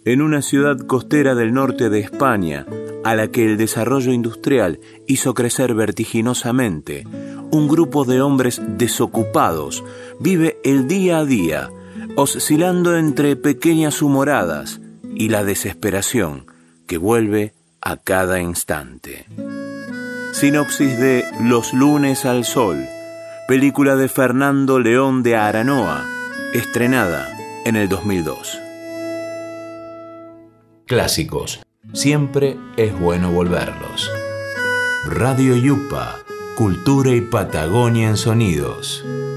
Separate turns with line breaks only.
En una ciudad costera del norte de España, a la que el desarrollo industrial hizo crecer vertiginosamente, un grupo de hombres desocupados vive el día a día, oscilando entre pequeñas humoradas y la desesperación que vuelve a cada instante. Sinopsis de Los lunes al sol, película de Fernando León de Aranoa, estrenada en el 2002.
Clásicos. Siempre es bueno volverlos. Radio Yupa, cultura y Patagonia en sonidos.